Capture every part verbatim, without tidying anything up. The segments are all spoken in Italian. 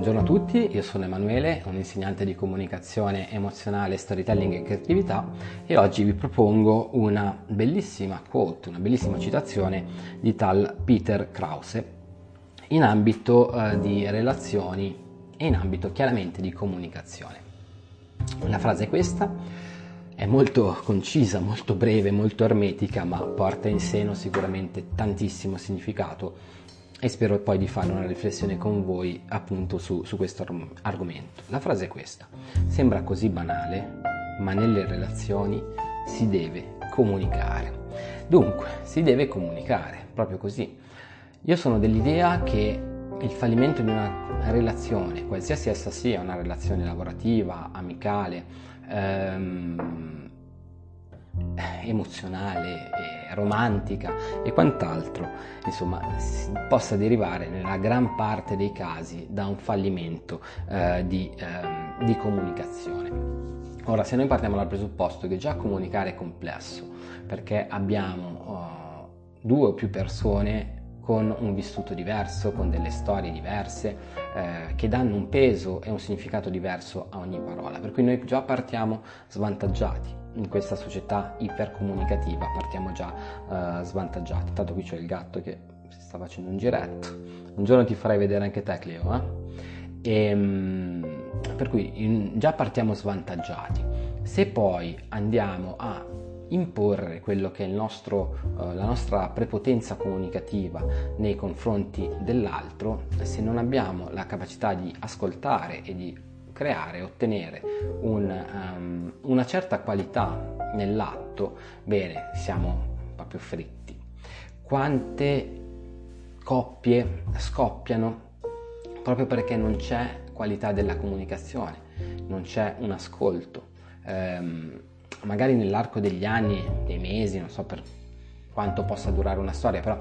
Buongiorno a tutti, io sono Emanuele, un insegnante di comunicazione emozionale, storytelling e creatività e oggi vi propongo una bellissima quote, una bellissima citazione di tal Peter Krause in ambito eh, di relazioni e in ambito chiaramente di comunicazione. La frase è questa, è molto concisa, molto breve, molto ermetica, ma porta in seno sicuramente tantissimo significato e spero poi di fare una riflessione con voi appunto su, su questo argomento. La frase è questa: sembra così banale, ma nelle relazioni si deve comunicare. Dunque, si deve comunicare, proprio così. Io sono dell'idea che il fallimento di una relazione, qualsiasi essa sia, una relazione lavorativa, amicale, ehm, emozionale, eh, romantica e quant'altro, insomma, possa derivare nella gran parte dei casi da un fallimento eh, di, eh, di comunicazione. Ora, se noi partiamo dal presupposto che già comunicare è complesso, perché abbiamo oh, due o più persone con un vissuto diverso, con delle storie diverse, eh, che danno un peso e un significato diverso a ogni parola, per cui noi già partiamo svantaggiati. In questa società ipercomunicativa partiamo già uh, svantaggiati. Tanto qui c'è il gatto che si sta facendo un giretto. Un giorno ti farai vedere anche te, Cleo, eh? E, um, per cui in, già partiamo svantaggiati. Se poi andiamo a imporre quello che è il nostro, uh, la nostra prepotenza comunicativa nei confronti dell'altro, se non abbiamo la capacità di ascoltare e di creare, ottenere un, um, una certa qualità nell'atto, bene, siamo proprio fritti. Quante coppie scoppiano proprio perché non c'è qualità della comunicazione, non c'è un ascolto. Um, magari nell'arco degli anni, dei mesi, non so per quanto possa durare una storia, però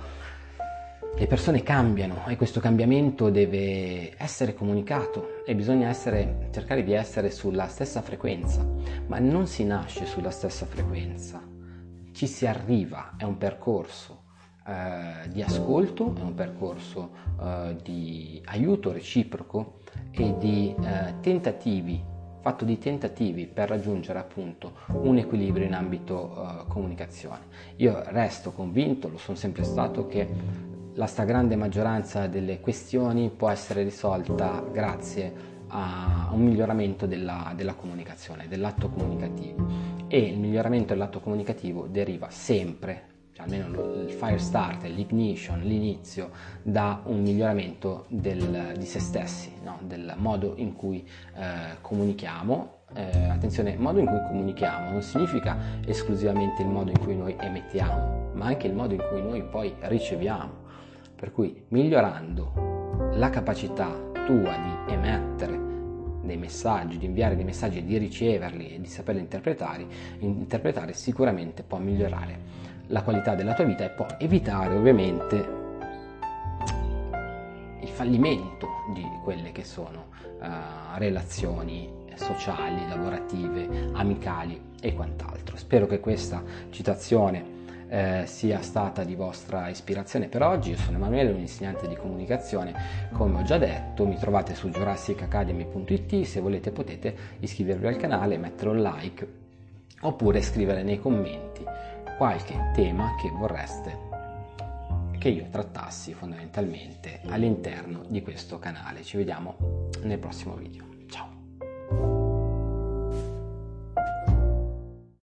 le persone cambiano e questo cambiamento deve essere comunicato e bisogna essere, cercare di essere sulla stessa frequenza, ma non si nasce sulla stessa frequenza, ci si arriva, è un percorso eh, di ascolto, è un percorso eh, di aiuto reciproco e di eh, tentativi, fatto di tentativi per raggiungere appunto un equilibrio in ambito uh, comunicazione. Io resto convinto, lo sono sempre stato, che la stragrande maggioranza delle questioni può essere risolta grazie a un miglioramento della, della comunicazione, dell'atto comunicativo, e il miglioramento dell'atto comunicativo deriva sempre, cioè almeno il fire starter, l'ignition, l'inizio, da un miglioramento del, di se stessi, no? Del modo in cui eh, comunichiamo. Eh, attenzione, il modo in cui comunichiamo non significa esclusivamente il modo in cui noi emettiamo, ma anche il modo in cui noi poi riceviamo. Per cui migliorando la capacità tua di emettere dei messaggi, di inviare dei messaggi e di riceverli e di saperli interpretare, interpretare sicuramente può migliorare la qualità della tua vita e può evitare ovviamente il fallimento di quelle che sono uh, relazioni sociali, lavorative, amicali e quant'altro. Spero che questa citazione eh, sia stata di vostra ispirazione per oggi. Io sono Emanuele, un insegnante di comunicazione, come ho già detto. Mi trovate su jurassic academy punto it, se volete potete iscrivervi al canale, mettere un like oppure scrivere nei commenti qualche tema che vorreste che io trattassi fondamentalmente all'interno di questo canale. Ci vediamo nel prossimo video.